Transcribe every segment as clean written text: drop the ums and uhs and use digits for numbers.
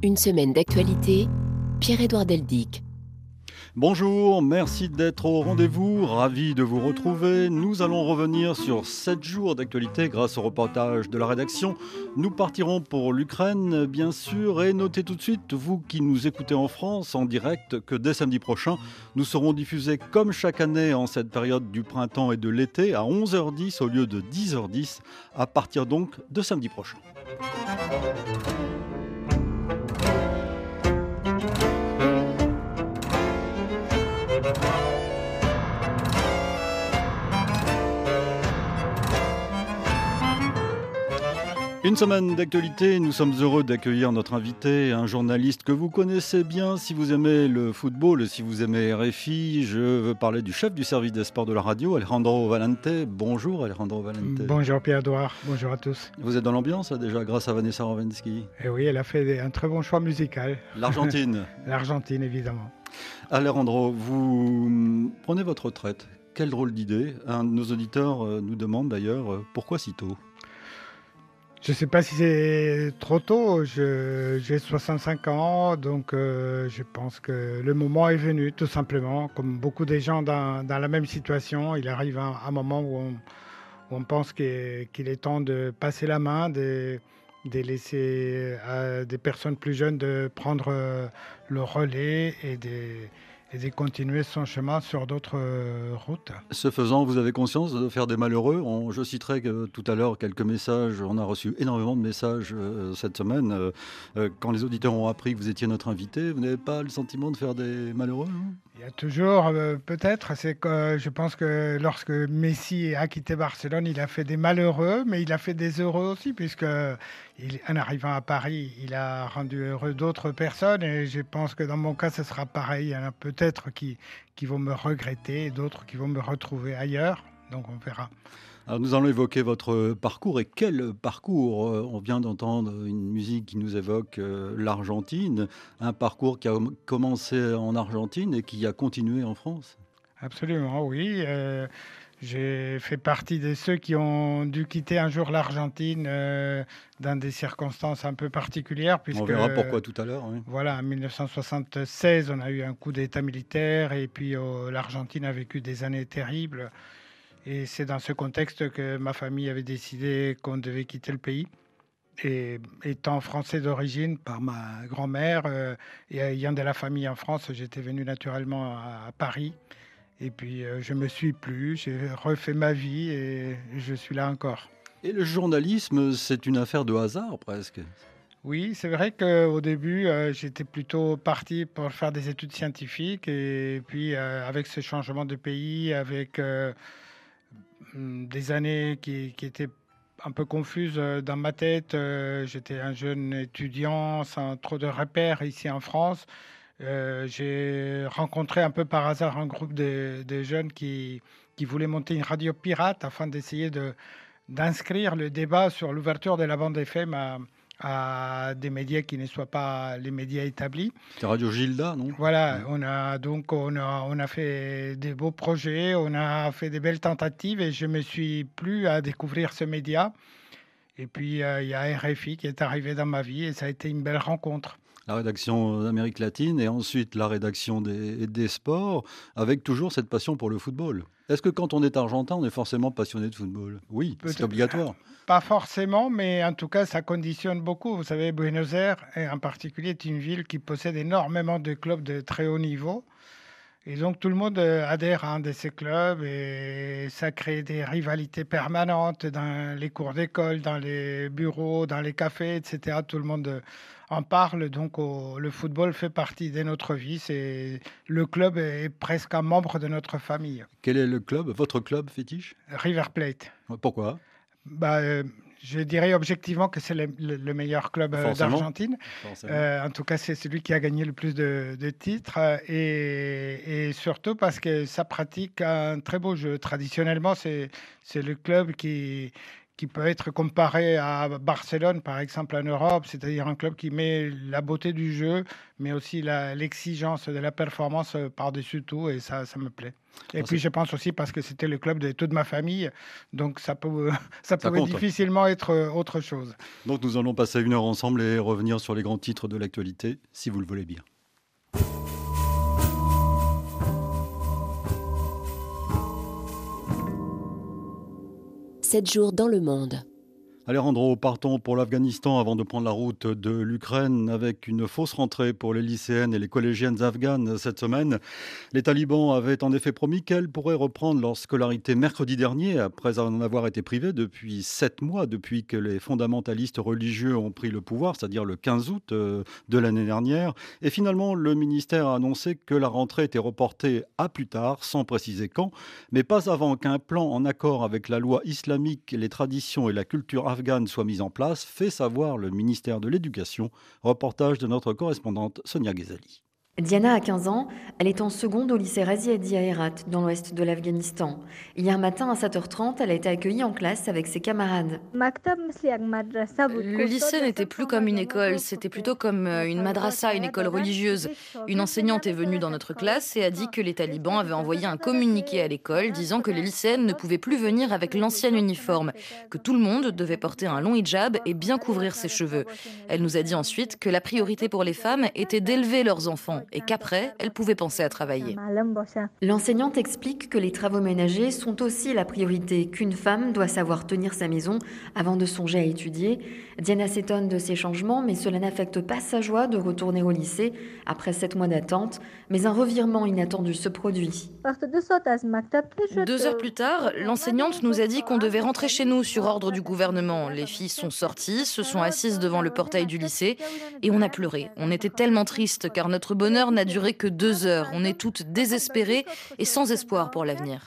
Une semaine d'actualité, Pierre-Édouard Deldic. Bonjour, merci d'être au rendez-vous, ravi de vous retrouver. Nous allons revenir sur 7 jours d'actualité grâce au reportage de la rédaction. Nous partirons pour l'Ukraine, bien sûr, et notez tout de suite, vous qui nous écoutez en France en direct, que dès samedi prochain, nous serons diffusés comme chaque année en cette période du printemps et de l'été à 11h10 au lieu de 10h10, à partir donc de samedi prochain. Une semaine d'actualité, nous sommes heureux d'accueillir notre invité, un journaliste que vous connaissez bien si vous aimez le football et si vous aimez RFI. Je veux parler du chef du service des sports de la radio, Alejandro Valente. Bonjour Alejandro Valente. Bonjour Pierre-Édouard, bonjour à tous. Vous êtes dans l'ambiance là, déjà grâce à Vanessa Rovensky. Et oui, elle a fait un très bon choix musical. L'Argentine. L'Argentine, évidemment. Alejandro, vous prenez votre retraite. Quelle drôle d'idée. Un de nos auditeurs nous demande d'ailleurs pourquoi si tôt. Je ne sais pas si c'est trop tôt, j'ai 65 ans, donc je pense que le moment est venu, tout simplement. Comme beaucoup de gens dans la même situation, il arrive un moment où on pense qu'il est temps de passer la main, de laisser à des personnes plus jeunes de prendre le relais et de continuer son chemin sur d'autres routes. Ce faisant, vous avez conscience de faire des malheureux. Je citerai tout à l'heure quelques messages. On a reçu énormément de messages cette semaine. Quand les auditeurs ont appris que vous étiez notre invité, vous n'avez pas le sentiment de faire des malheureux, hein ? Il y a toujours, peut-être, c'est que je pense que lorsque Messi a quitté Barcelone, il a fait des malheureux, mais il a fait des heureux aussi, puisque en arrivant à Paris, il a rendu heureux d'autres personnes, et je pense que dans mon cas, ce sera pareil. Il y en a peut-être qui vont me regretter, et d'autres qui vont me retrouver ailleurs, donc on verra. Alors nous allons évoquer votre parcours, et quel parcours. On vient d'entendre une musique qui nous évoque l'Argentine, un parcours qui a commencé en Argentine et qui a continué en France. Absolument, oui. J'ai fait partie de ceux qui ont dû quitter un jour l'Argentine dans des circonstances un peu particulières. Puisque, on verra pourquoi tout à l'heure. Oui. Voilà, en 1976, on a eu un coup d'État militaire et puis l'Argentine a vécu des années terribles. Et c'est dans ce contexte que ma famille avait décidé qu'on devait quitter le pays. Et étant français d'origine par ma grand-mère et ayant de la famille en France, j'étais venu naturellement à Paris. Et puis je me suis plu, j'ai refait ma vie et je suis là encore. Et le journalisme, c'est une affaire de hasard presque. Oui, c'est vrai qu'au début, j'étais plutôt parti pour faire des études scientifiques. Et puis avec ce changement de pays, avec des années qui étaient un peu confuses dans ma tête. J'étais un jeune étudiant sans trop de repères ici en France. J'ai rencontré un peu par hasard un groupe de jeunes qui voulaient monter une radio pirate afin d'essayer d'inscrire le débat sur l'ouverture de la bande FM à des médias qui ne soient pas les médias établis. C'est Radio Gilda, non ? Voilà, on a fait des beaux projets, on a fait des belles tentatives et je me suis plu à découvrir ce média. Et puis, il y a RFI qui est arrivé dans ma vie et ça a été une belle rencontre. La rédaction d'Amérique latine et ensuite la rédaction des sports, avec toujours cette passion pour le football. Est-ce que quand on est argentin, on est forcément passionné de football ? Oui, c'est obligatoire. Pas forcément, mais en tout cas, ça conditionne beaucoup. Vous savez, Buenos Aires, en particulier, est une ville qui possède énormément de clubs de très haut niveau. Et donc, tout le monde adhère à un de ces clubs et ça crée des rivalités permanentes dans les cours d'école, dans les bureaux, dans les cafés, etc. Tout le monde en parle. Donc, le football fait partie de notre vie. Le club est presque un membre de notre famille. Quel est le club, votre club fétiche ? River Plate. Pourquoi ? Je dirais objectivement que c'est le meilleur club d'Argentine. En tout cas, c'est celui qui a gagné le plus de titres. Et surtout parce que ça pratique un très beau jeu. Traditionnellement, c'est le club qui qui peut être comparé à Barcelone, par exemple, en Europe, c'est-à-dire un club qui met la beauté du jeu, mais aussi l'exigence de la performance par-dessus tout, et ça me plaît. Et Ah, puis je pense aussi parce que c'était le club de toute ma famille, donc ça ça pouvait compte. difficilement être autre chose. Donc nous allons passer 1 heure ensemble et revenir sur les grands titres de l'actualité, si vous le voulez bien. 7 jours dans le monde. Alejandro, partons pour l'Afghanistan avant de prendre la route de l'Ukraine avec une fausse rentrée pour les lycéennes et les collégiennes afghanes cette semaine. Les talibans avaient en effet promis qu'elles pourraient reprendre leur scolarité mercredi dernier après en avoir été privées depuis 7 mois, depuis que les fondamentalistes religieux ont pris le pouvoir, c'est-à-dire le 15 août de l'année dernière. Et finalement, le ministère a annoncé que la rentrée était reportée à plus tard, sans préciser quand, mais pas avant qu'un plan en accord avec la loi islamique, les traditions et la culture afghane soit mise en place, fait savoir le ministère de l'Éducation. Reportage de notre correspondante Sonia Ghezali. Diana a 15 ans, elle est en seconde au lycée Razi Adi à Herat, dans l'ouest de l'Afghanistan. Hier matin à 7h30, elle a été accueillie en classe avec ses camarades. Le lycée n'était plus comme une école, c'était plutôt comme une madrasa, une école religieuse. Une enseignante est venue dans notre classe et a dit que les talibans avaient envoyé un communiqué à l'école disant que les lycéennes ne pouvaient plus venir avec l'ancien uniforme, que tout le monde devait porter un long hijab et bien couvrir ses cheveux. Elle nous a dit ensuite que la priorité pour les femmes était d'élever leurs enfants et qu'après, elles pouvaient penser à travailler. L'enseignante explique que les travaux ménagers sont aussi la priorité, qu'une femme doit savoir tenir sa maison avant de songer à étudier. Diana s'étonne de ces changements, mais cela n'affecte pas sa joie de retourner au lycée après 7 mois d'attente. Mais un revirement inattendu se produit. 2 heures plus tard, l'enseignante nous a dit qu'on devait rentrer chez nous sur ordre du gouvernement. Les filles sont sorties, se sont assises devant le portail du lycée et on a pleuré. On était tellement tristes car notre bonheur n'a duré que 2 heures. On est toutes désespérées et sans espoir pour l'avenir.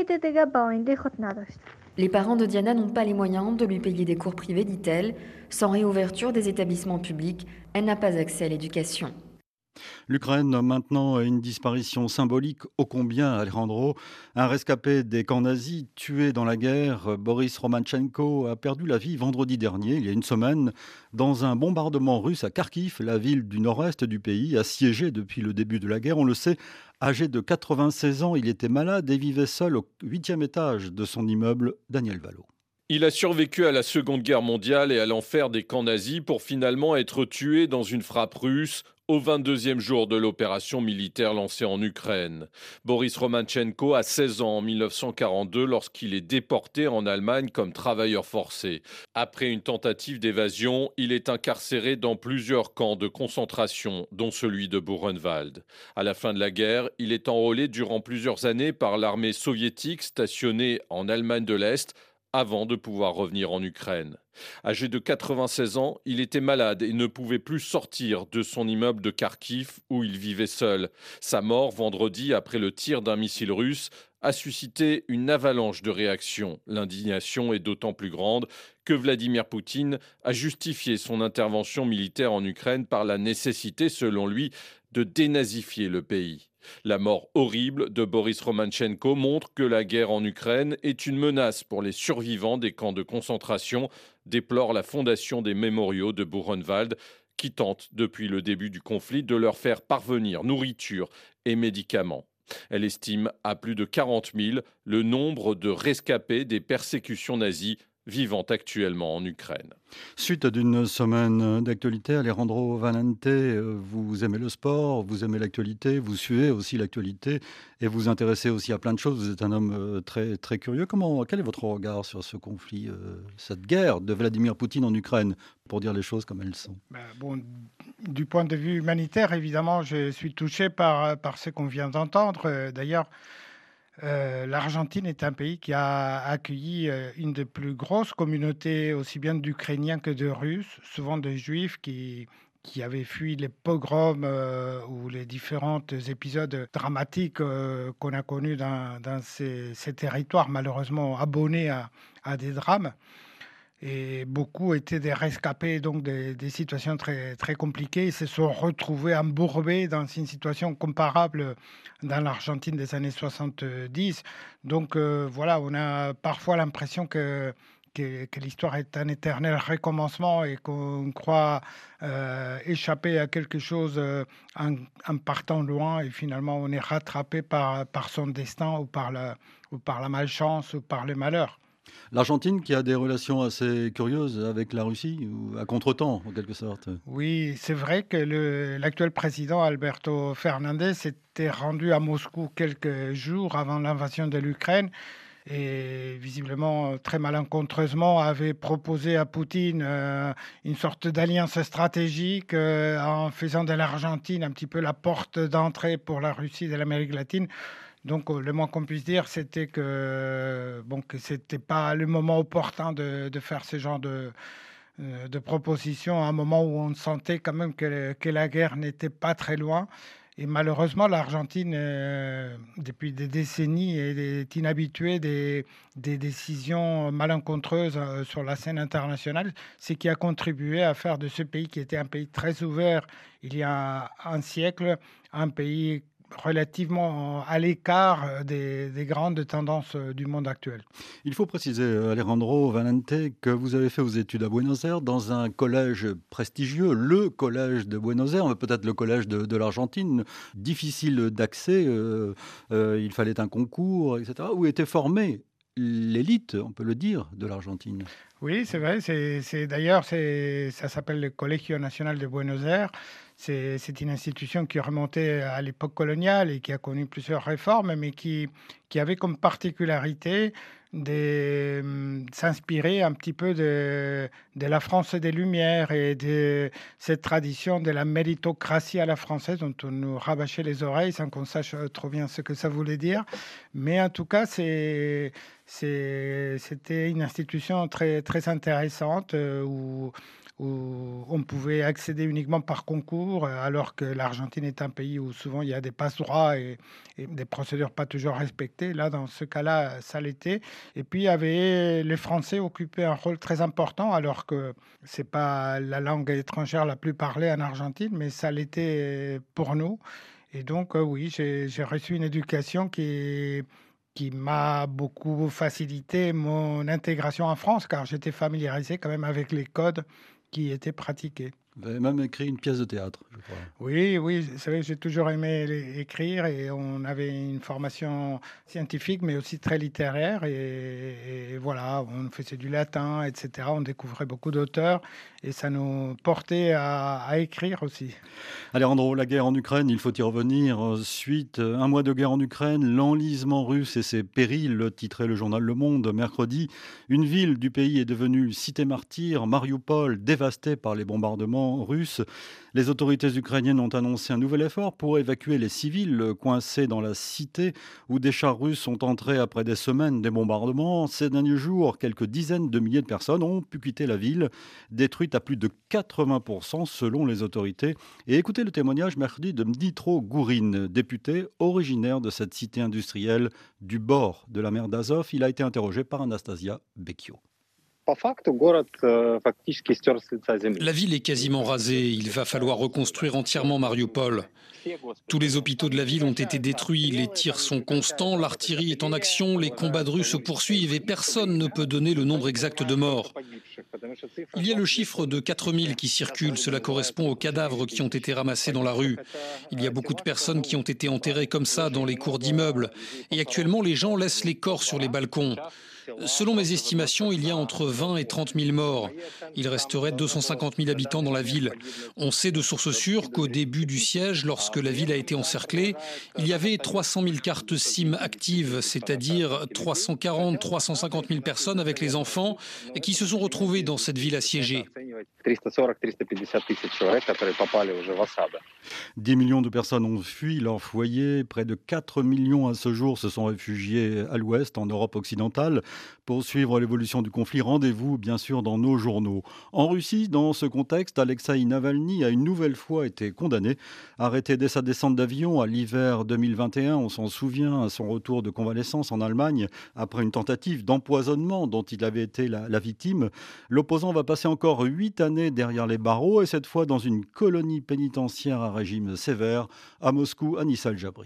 Les parents de Diana n'ont pas les moyens de lui payer des cours privés, dit-elle. Sans réouverture des établissements publics, elle n'a pas accès à l'éducation. L'Ukraine, maintenant, une disparition symbolique ô combien, Alejandro. Un rescapé des camps nazis tué dans la guerre, Boris Romanchenko, a perdu la vie vendredi dernier, il y a une semaine, dans un bombardement russe à Kharkiv, la ville du nord-est du pays, assiégée depuis le début de la guerre. On le sait, âgé de 96 ans, il était malade et vivait seul au 8e étage de son immeuble. Daniel Valo. Il a survécu à la Seconde Guerre mondiale et à l'enfer des camps nazis pour finalement être tué dans une frappe russe au 22e jour de l'opération militaire lancée en Ukraine. Boris Romanchenko a 16 ans en 1942 lorsqu'il est déporté en Allemagne comme travailleur forcé. Après une tentative d'évasion, il est incarcéré dans plusieurs camps de concentration, dont celui de Buchenwald. À la fin de la guerre, il est enrôlé durant plusieurs années par l'armée soviétique stationnée en Allemagne de l'Est, avant de pouvoir revenir en Ukraine. Âgé de 96 ans, il était malade et ne pouvait plus sortir de son immeuble de Kharkiv où il vivait seul. Sa mort, vendredi, après le tir d'un missile russe, a suscité une avalanche de réactions. L'indignation est d'autant plus grande que Vladimir Poutine a justifié son intervention militaire en Ukraine par la nécessité, selon lui, de dénazifier le pays. La mort horrible de Boris Romanchenko montre que la guerre en Ukraine est une menace pour les survivants des camps de concentration, déplore la fondation des mémoriaux de Buchenwald, qui tente depuis le début du conflit de leur faire parvenir nourriture et médicaments. Elle estime à plus de 40 000 le nombre de rescapés des persécutions nazies vivant actuellement en Ukraine. Suite d'une semaine d'actualité, Alejandro Valente, vous aimez le sport, vous aimez l'actualité, vous suivez aussi l'actualité et vous intéressez aussi à plein de choses. Vous êtes un homme très, très curieux. Quel est votre regard sur ce conflit, cette guerre de Vladimir Poutine en Ukraine, pour dire les choses comme elles sont? Du point de vue humanitaire, évidemment, je suis touché par ce qu'on vient d'entendre. D'ailleurs, l'Argentine est un pays qui a accueilli une des plus grosses communautés, aussi bien d'Ukrainiens que de Russes, souvent de Juifs qui avaient fui les pogroms ou les différents épisodes dramatiques qu'on a connus dans ces territoires, malheureusement abonnés à des drames. Et beaucoup étaient des rescapés, donc des situations très, très compliquées. Ils se sont retrouvés embourbés dans une situation comparable dans l'Argentine des années 70. Donc voilà, on a parfois l'impression que que l'histoire est un éternel recommencement et qu'on croit échapper à quelque chose en partant loin et finalement on est rattrapé par son destin ou par la malchance ou par le malheur. L'Argentine qui a des relations assez curieuses avec la Russie, ou à contretemps en quelque sorte. Oui, c'est vrai que l'actuel président Alberto Fernandez s'était rendu à Moscou quelques jours avant l'invasion de l'Ukraine et visiblement très malencontreusement avait proposé à Poutine une sorte d'alliance stratégique en faisant de l'Argentine un petit peu la porte d'entrée pour la Russie de l'Amérique latine. Donc, le moins qu'on puisse dire, c'était que c'était pas le moment opportun de faire ce genre de propositions à un moment où on sentait quand même que la guerre n'était pas très loin. Et malheureusement, l'Argentine, depuis des décennies, est inhabituée des décisions malencontreuses sur la scène internationale, ce qui a contribué à faire de ce pays qui était un pays très ouvert il y a un siècle, un pays relativement à l'écart des grandes tendances du monde actuel. Il faut préciser, Alejandro Valente, que vous avez fait vos études à Buenos Aires dans un collège prestigieux, le collège de Buenos Aires, peut-être le collège de l'Argentine, difficile d'accès, il fallait un concours, etc., où était formée l'élite, on peut le dire, de l'Argentine. Oui, c'est vrai. Ça s'appelle le Colegio Nacional de Buenos Aires. C'est une institution qui remontait à l'époque coloniale et qui a connu plusieurs réformes, mais qui avait comme particularité de s'inspirer un petit peu de la France des Lumières et de cette tradition de la méritocratie à la française dont on nous rabâchait les oreilles sans qu'on sache trop bien ce que ça voulait dire. Mais en tout cas, c'était une institution très, très intéressante où on pouvait accéder uniquement par concours, alors que l'Argentine est un pays où souvent il y a des passe-droits et des procédures pas toujours respectées. Là, dans ce cas-là, ça l'était. Et puis, les Français occupaient un rôle très important, alors que c'est pas la langue étrangère la plus parlée en Argentine, mais ça l'était pour nous. Et donc, oui, j'ai reçu une éducation qui m'a beaucoup facilité mon intégration en France, car j'étais familiarisé quand même avec les codes qui étaient pratiqués. Vous avez même écrit une pièce de théâtre, je crois. Oui, c'est vrai, j'ai toujours aimé écrire et on avait une formation scientifique, mais aussi très littéraire. Et voilà, on faisait du latin, etc. On découvrait beaucoup d'auteurs et ça nous portait à écrire aussi. Alejandro, la guerre en Ukraine, il faut y revenir. Suite, un mois de guerre en Ukraine, l'enlisement russe et ses périls, titrait le journal Le Monde mercredi. Une ville du pays est devenue cité martyre, Mariupol, dévastée par les bombardements russes. Les autorités ukrainiennes ont annoncé un nouvel effort pour évacuer les civils coincés dans la cité où des chars russes sont entrés après des semaines de bombardements. Ces derniers jours, quelques dizaines de milliers de personnes ont pu quitter la ville, détruite à plus de 80% selon les autorités. Et écoutez le témoignage mercredi de Dmytro Gourin, député originaire de cette cité industrielle du bord de la mer d'Azov. Il a été interrogé par Anastasia Becchio. La ville est quasiment rasée. Il va falloir reconstruire entièrement Mariupol. Tous les hôpitaux de la ville ont été détruits. Les tirs sont constants, l'artillerie est en action, les combats de rue se poursuivent et personne ne peut donner le nombre exact de morts. Il y a le chiffre de 4000 qui circule. Cela correspond aux cadavres qui ont été ramassés dans la rue. Il y a beaucoup de personnes qui ont été enterrées comme ça dans les cours d'immeubles. Et actuellement, les gens laissent les corps sur les balcons. Selon mes estimations, il y a entre 20 et 30 000 morts. Il resterait 250 000 habitants dans la ville. On sait de sources sûres qu'au début du siège, lorsque la ville a été encerclée, il y avait 300 000 cartes SIM actives, c'est-à-dire 340 350 000 personnes avec les enfants qui se sont retrouvées dans cette ville assiégée. 10 millions de personnes ont fui leur foyer. Près de 4 millions à ce jour se sont réfugiés à l'ouest, en Europe occidentale. Pour suivre l'évolution du conflit, rendez-vous bien sûr dans nos journaux. En Russie, dans ce contexte, Alexeï Navalny a une nouvelle fois été condamné. Arrêté dès sa descente d'avion à l'hiver 2021, on s'en souvient, à son retour de convalescence en Allemagne, après une tentative d'empoisonnement dont il avait été la victime. L'opposant va passer encore 8 années derrière les barreaux et cette fois dans une colonie pénitentiaire à régime sévère à Moscou, Anissa El Jabri.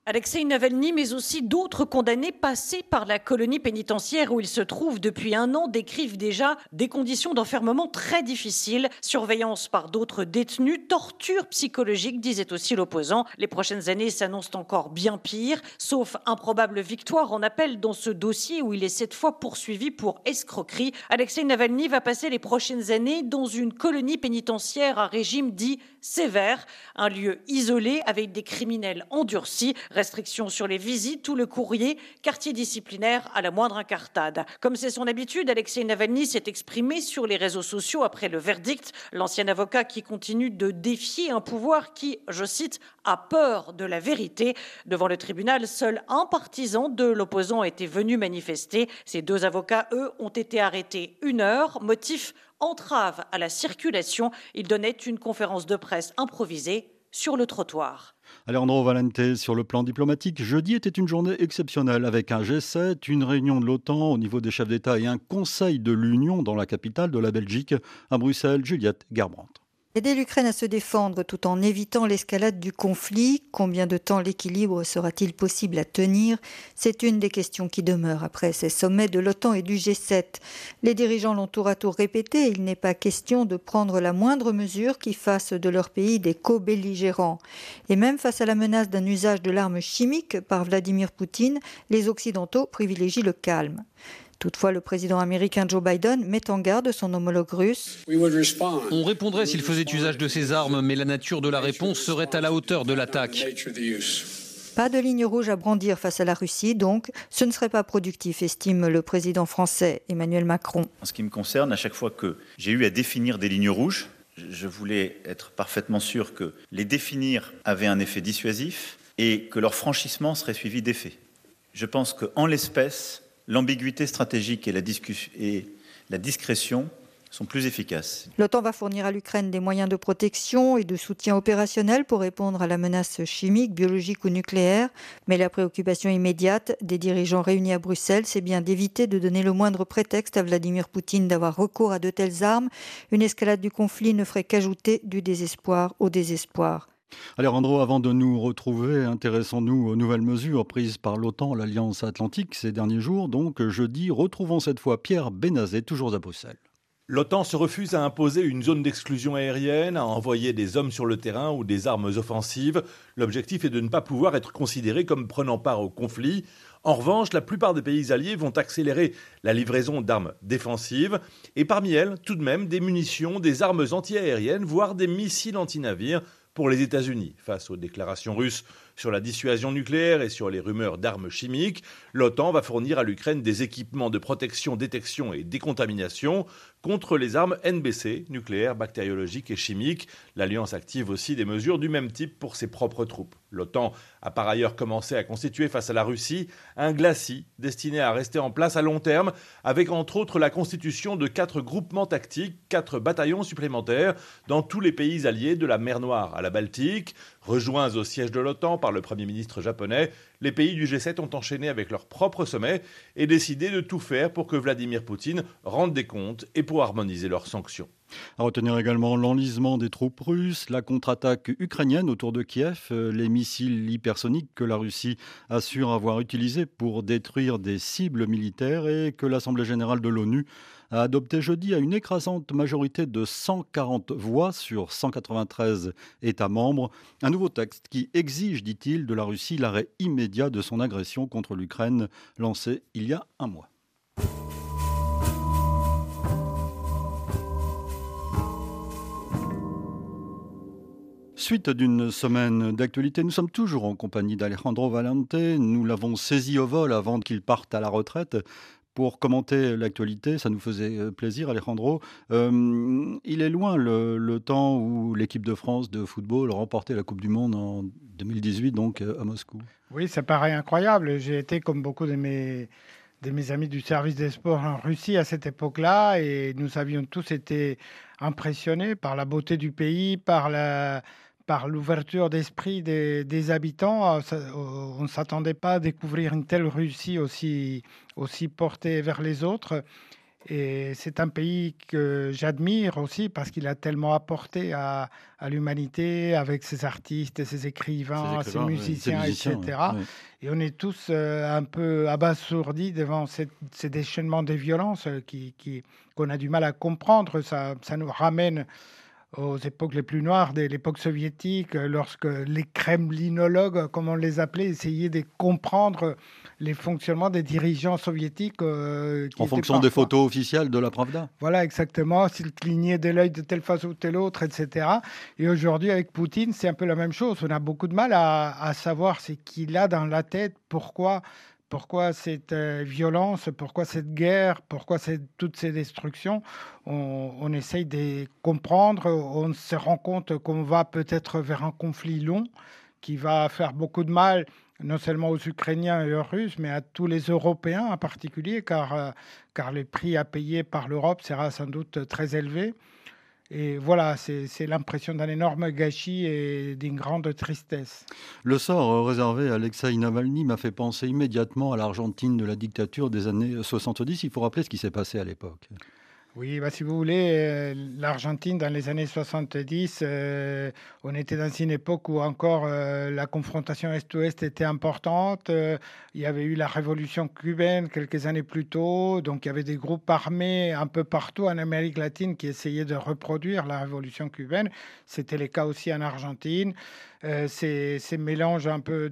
Alexeï Navalny, mais aussi d'autres condamnés passés par la colonie pénitentiaire où il se trouve depuis 1 an, décrivent déjà des conditions d'enfermement très difficiles. Surveillance par d'autres détenus, torture psychologique, disait aussi l'opposant. Les prochaines années s'annoncent encore bien pire, sauf improbable victoire en appel dans ce dossier où il est cette fois poursuivi pour escroquerie. Alexeï Navalny va passer les prochaines années dans une colonie pénitentiaire à régime dit sévère, un lieu isolé avec des criminels endurcis. Restrictions sur les visites ou le courrier, quartier disciplinaire à la moindre incartade. Comme c'est son habitude, Alexeï Navalny s'est exprimé sur les réseaux sociaux après le verdict. L'ancien avocat qui continue de défier un pouvoir qui, je cite, a peur de la vérité. Devant le tribunal, seul un partisan de l'opposant était venu manifester. Ces 2 avocats, eux, ont été arrêtés 1 heure. Motif, entrave à la circulation. Ils donnaient une conférence de presse improvisée sur le trottoir. Alejandro Valente, sur le plan diplomatique, jeudi était une journée exceptionnelle avec un G7, une réunion de l'OTAN au niveau des chefs d'État et un conseil de l'Union dans la capitale de la Belgique, à Bruxelles. Juliette Gerbrandt. Aider l'Ukraine à se défendre tout en évitant l'escalade du conflit. Combien de temps l'équilibre sera-t-il possible à tenir ? C'est une des questions qui demeurent après ces sommets de l'OTAN et du G7. Les dirigeants l'ont tour à tour répété, il n'est pas question de prendre la moindre mesure qui fasse de leur pays des co-belligérants. Et même face à la menace d'un usage de l'arme chimique par Vladimir Poutine, les Occidentaux privilégient le calme. Toutefois, le président américain Joe Biden met en garde son homologue russe. On répondrait s'il faisait usage de ces armes, mais la nature de la réponse serait à la hauteur de l'attaque. Pas de ligne rouge à brandir face à la Russie, donc ce ne serait pas productif, estime le président français Emmanuel Macron. En ce qui me concerne, à chaque fois que j'ai eu à définir des lignes rouges, je voulais être parfaitement sûr que les définir avait un effet dissuasif et que leur franchissement serait suivi d'effets. Je pense qu'en l'espèce, l'ambiguïté stratégique et la discrétion sont plus efficaces. L'OTAN va fournir à l'Ukraine des moyens de protection et de soutien opérationnel pour répondre à la menace chimique, biologique ou nucléaire. Mais la préoccupation immédiate des dirigeants réunis à Bruxelles, c'est bien d'éviter de donner le moindre prétexte à Vladimir Poutine d'avoir recours à de telles armes. Une escalade du conflit ne ferait qu'ajouter du désespoir au désespoir. Alejandro, avant de nous retrouver, intéressons-nous aux nouvelles mesures prises par l'OTAN, l'Alliance Atlantique, ces derniers jours. Donc, jeudi, retrouvons cette fois Pierre Benazet, toujours à Bruxelles. L'OTAN se refuse à imposer une zone d'exclusion aérienne, à envoyer des hommes sur le terrain ou des armes offensives. L'objectif est de ne pas pouvoir être considéré comme prenant part au conflit. En revanche, la plupart des pays alliés vont accélérer la livraison d'armes défensives et parmi elles, tout de même, des munitions, des armes antiaériennes, voire des missiles anti-navires pour les États-Unis. Face aux déclarations russes sur la dissuasion nucléaire et sur les rumeurs d'armes chimiques, l'OTAN va fournir à l'Ukraine des équipements de protection, détection et décontamination contre les armes NBC, nucléaires, bactériologiques et chimiques. L'Alliance active aussi des mesures du même type pour ses propres troupes. L'OTAN a par ailleurs commencé à constituer face à la Russie un glacis destiné à rester en place à long terme, avec entre autres la constitution de 4 groupements tactiques, 4 bataillons supplémentaires dans tous les pays alliés de la mer Noire à la Baltique. Rejoints au siège de l'OTAN par le Premier ministre japonais, les pays du G7 ont enchaîné avec leur propre sommet et décidé de tout faire pour que Vladimir Poutine rende des comptes et pour harmoniser leurs sanctions. À retenir également l'enlisement des troupes russes, la contre-attaque ukrainienne autour de Kiev, les missiles hypersoniques que la Russie assure avoir utilisés pour détruire des cibles militaires et que l'Assemblée générale de l'ONU a adopté jeudi à une écrasante majorité de 140 voix sur 193 États membres. Un nouveau texte qui exige, dit-il, de la Russie l'arrêt immédiat de son agression contre l'Ukraine lancée il y a un mois. Suite d'une semaine d'actualité, nous sommes toujours en compagnie d'Alejandro Valente. Nous l'avons saisi au vol avant qu'il parte à la retraite pour commenter l'actualité. Ça nous faisait plaisir, Alejandro. Il est loin le temps où l'équipe de France de football remportait la Coupe du Monde en 2018, donc à Moscou. Oui, ça paraît incroyable. J'ai été, comme beaucoup de mes amis du service des sports en Russie à cette époque-là, et nous avions tous été impressionnés par la beauté du pays, par l'ouverture d'esprit des habitants. On ne s'attendait pas à découvrir une telle Russie aussi portée vers les autres. Et c'est un pays que j'admire aussi parce qu'il a tellement apporté à l'humanité avec ses artistes, ses écrivains, ses musiciens, etc. Oui. Et on est tous un peu abasourdis devant ces déchaînements des violences qu'on a du mal à comprendre. Ça nous ramène aux époques les plus noires de l'époque soviétique, lorsque les kremlinologues, comme on les appelait, essayaient de comprendre les fonctionnements des dirigeants soviétiques. En fonction des photos officielles de la Pravda. Voilà, exactement, s'ils clignaient de l'œil de telle façon ou telle autre, etc. Et aujourd'hui, avec Poutine, c'est un peu la même chose. On a beaucoup de mal à savoir ce qu'il a dans la tête, pourquoi cette violence, pourquoi cette guerre, pourquoi toutes ces destructions. On essaye de comprendre, on se rend compte qu'on va peut-être vers un conflit long qui va faire beaucoup de mal, non seulement aux Ukrainiens et aux Russes, mais à tous les Européens en particulier, car le prix à payer par l'Europe sera sans doute très élevé. Et voilà, c'est l'impression d'un énorme gâchis et d'une grande tristesse. Le sort réservé à Alexeï Navalny m'a fait penser immédiatement à l'Argentine de la dictature des années 70. Il faut rappeler ce qui s'est passé à l'époque. Oui, si vous voulez, l'Argentine, dans les années 70, on était dans une époque où encore la confrontation Est-Ouest était importante. Il y avait eu la révolution cubaine quelques années plus tôt. Donc, il y avait des groupes armés un peu partout en Amérique latine qui essayaient de reproduire la révolution cubaine. C'était le cas aussi en Argentine. Ces mélanges un peu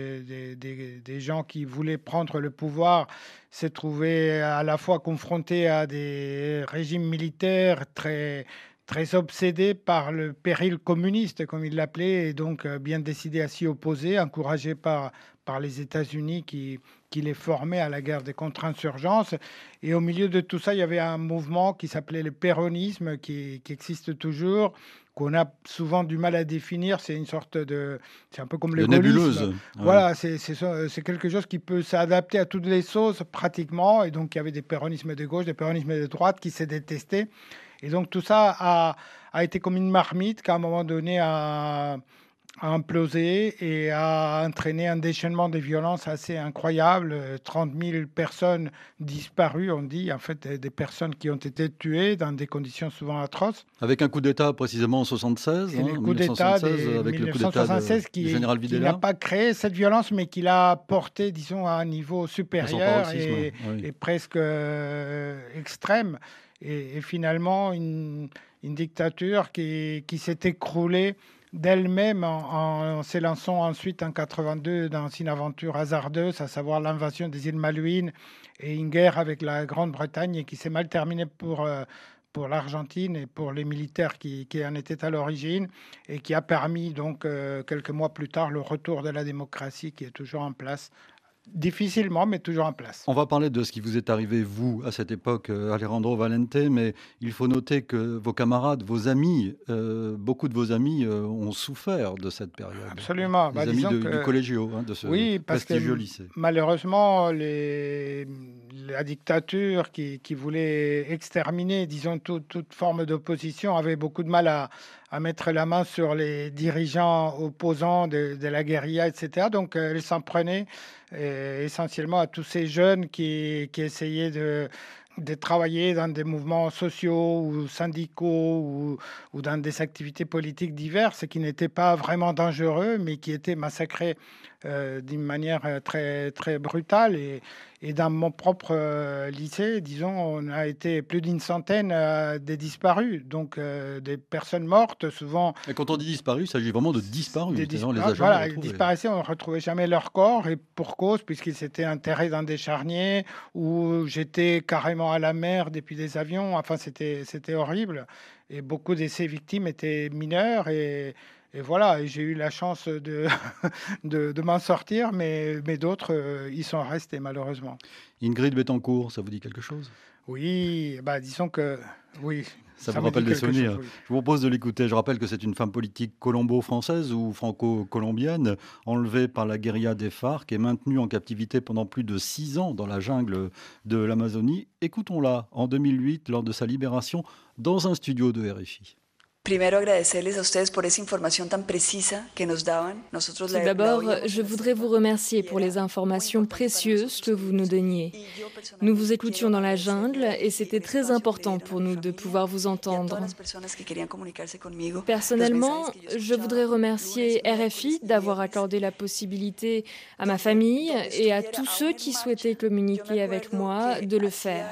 des gens qui voulaient prendre le pouvoir s'est trouvé à la fois confronté à des régimes militaires très, très obsédés par le péril communiste, comme ils l'appelaient, et donc bien décidés à s'y opposer, encouragés par les États-Unis qui les formaient à la guerre des contre-insurgences. Et au milieu de tout ça, il y avait un mouvement qui s'appelait le péronisme, qui existe toujours, qu'on a souvent du mal à définir. C'est une sorte de... C'est un peu comme le gaullisme. Voilà, c'est quelque chose qui peut s'adapter à toutes les sauces pratiquement. Et donc, il y avait des péronismes de gauche, des péronismes de droite qui s'est détesté. Et donc, tout ça a été comme une marmite qu'à un moment donné a implosé et a entraîné un déchaînement de violences assez incroyable. 30 000 personnes disparues, on dit, en fait, des personnes qui ont été tuées dans des conditions souvent atroces. Avec un coup d'État précisément en 1976. C'est le coup d'État avec le coup d'État du général Videla. Qui n'a pas créé cette violence, mais qui l'a portée, disons, à un niveau supérieur et presque extrême. Et finalement, une dictature qui s'est écroulée d'elle-même en s'élançant ensuite en 82 dans une aventure hasardeuse, à savoir l'invasion des îles Malouines et une guerre avec la Grande-Bretagne qui s'est mal terminée pour l'Argentine et pour les militaires qui en étaient à l'origine et qui a permis donc quelques mois plus tard le retour de la démocratie qui est toujours en place. Difficilement, mais toujours en place. On va parler de ce qui vous est arrivé, vous, à cette époque, Alejandro Valente, mais il faut noter que vos camarades, vos amis, beaucoup de vos amis ont souffert de cette période. Absolument. Les amis du Collegio, de ce prestigieux lycée. Malheureusement, la dictature qui voulait exterminer, disons, toute forme d'opposition avait beaucoup de mal à mettre la main sur les dirigeants opposants de la guérilla, etc. Donc, elle s'en prenait essentiellement à tous ces jeunes qui essayaient de travailler dans des mouvements sociaux ou syndicaux ou dans des activités politiques diverses qui n'étaient pas vraiment dangereux, mais qui étaient massacrés d'une manière très, très brutale. Et dans mon propre lycée, disons, on a été plus d'une centaine de disparus, donc des personnes mortes, souvent... Et quand on dit disparus, il s'agit vraiment de disparus. Voilà, ils disparaissaient, on ne retrouvait jamais leur corps, et pour cause, puisqu'ils s'étaient enterrés dans des charniers, ou j'étais carrément à la mer depuis des avions. Enfin, c'était horrible. Et beaucoup de ces victimes étaient mineures, et voilà, et j'ai eu la chance de m'en sortir, mais d'autres, ils sont restés malheureusement. Ingrid Betancourt, ça vous dit quelque chose ? Oui, disons que oui. Ça vous rappelle des souvenirs. Oui. Je vous propose de l'écouter. Je rappelle que c'est une femme politique colombo-française ou franco-colombienne, enlevée par la guérilla des FARC et maintenue en captivité pendant plus de 6 ans dans la jungle de l'Amazonie. Écoutons-la en 2008, lors de sa libération, dans un studio de RFI. Tout d'abord, je voudrais vous remercier pour les informations précieuses que vous nous donniez. Nous vous écoutions dans la jungle et c'était très important pour nous de pouvoir vous entendre. Personnellement, je voudrais remercier RFI d'avoir accordé la possibilité à ma famille et à tous ceux qui souhaitaient communiquer avec moi de le faire.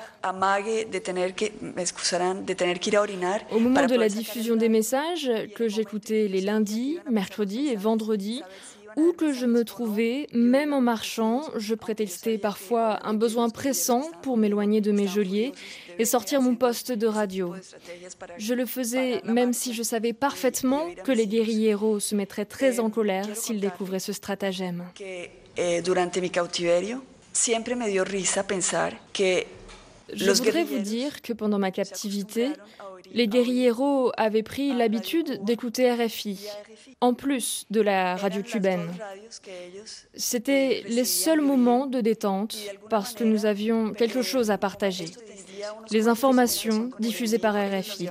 Au moment de la diffusion des messages que j'écoutais les lundis, mercredis et vendredis, où que je me trouvais, même en marchant, je prétextais parfois un besoin pressant pour m'éloigner de mes geôliers et sortir mon poste de radio. Je le faisais même si je savais parfaitement que les guérilleros se mettraient très en colère s'ils découvraient ce stratagème. Je voudrais vous dire que pendant ma captivité, les guérilleros avaient pris l'habitude d'écouter RFI, en plus de la radio cubaine. C'était les seuls moments de détente parce que nous avions quelque chose à partager. Les informations diffusées par RFI.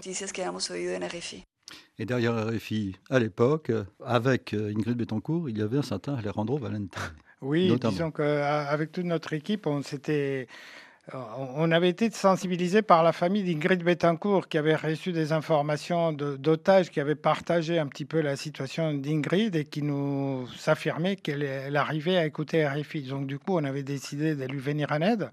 Et derrière RFI, à l'époque, avec Ingrid Betancourt, il y avait un certain Alejandro Valente. Oui, notamment. Disons qu'avec toute notre équipe, on avait été sensibilisés par la famille d'Ingrid Betancourt qui avait reçu des informations d'otages qui avaient partagé un petit peu la situation d'Ingrid et qui nous affirmaient qu'elle arrivait à écouter RFI. Donc du coup, on avait décidé de lui venir en aide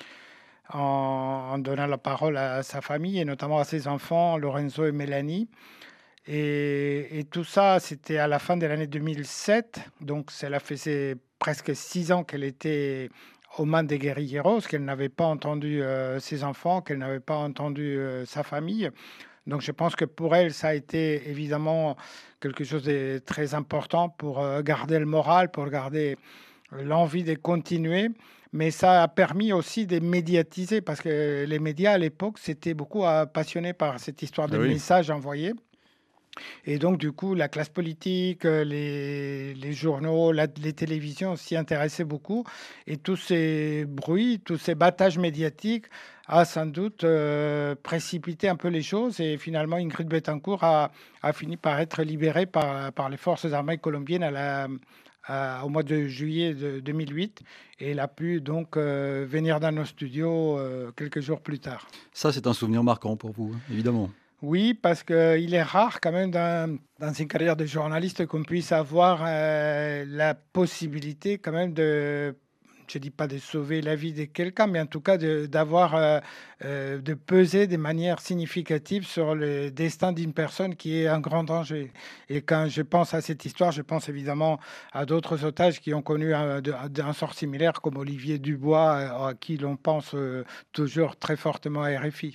en donnant la parole à sa famille et notamment à ses enfants, Lorenzo et Mélanie. Et tout ça, c'était à la fin de l'année 2007. Donc cela faisait presque 6 ans qu'elle était aux mains des guérilleros, qu'elle n'avait pas entendu ses enfants, qu'elle n'avait pas entendu sa famille. Donc je pense que pour elle, ça a été évidemment quelque chose de très important pour garder le moral, pour garder l'envie de continuer. Mais ça a permis aussi de médiatiser, parce que les médias à l'époque, c'était beaucoup passionnés par cette histoire de messages envoyés. Et donc, du coup, la classe politique, les journaux, les télévisions s'y intéressaient beaucoup. Et tous ces bruits, tous ces battages médiatiques a sans doute précipité un peu les choses. Et finalement, Ingrid Betancourt a fini par être libérée par les forces armées colombiennes au mois de juillet de 2008. Et elle a pu donc venir dans nos studios quelques jours plus tard. Ça, c'est un souvenir marquant pour vous, évidemment. Oui, parce qu'il est rare quand même dans une carrière de journaliste qu'on puisse avoir la possibilité quand même de, je ne dis pas de sauver la vie de quelqu'un, mais en tout cas de peser de manière significative sur le destin d'une personne qui est en grand danger. Et quand je pense à cette histoire, je pense évidemment à d'autres otages qui ont connu un sort similaire, comme Olivier Dubois, à qui l'on pense toujours très fortement à RFI.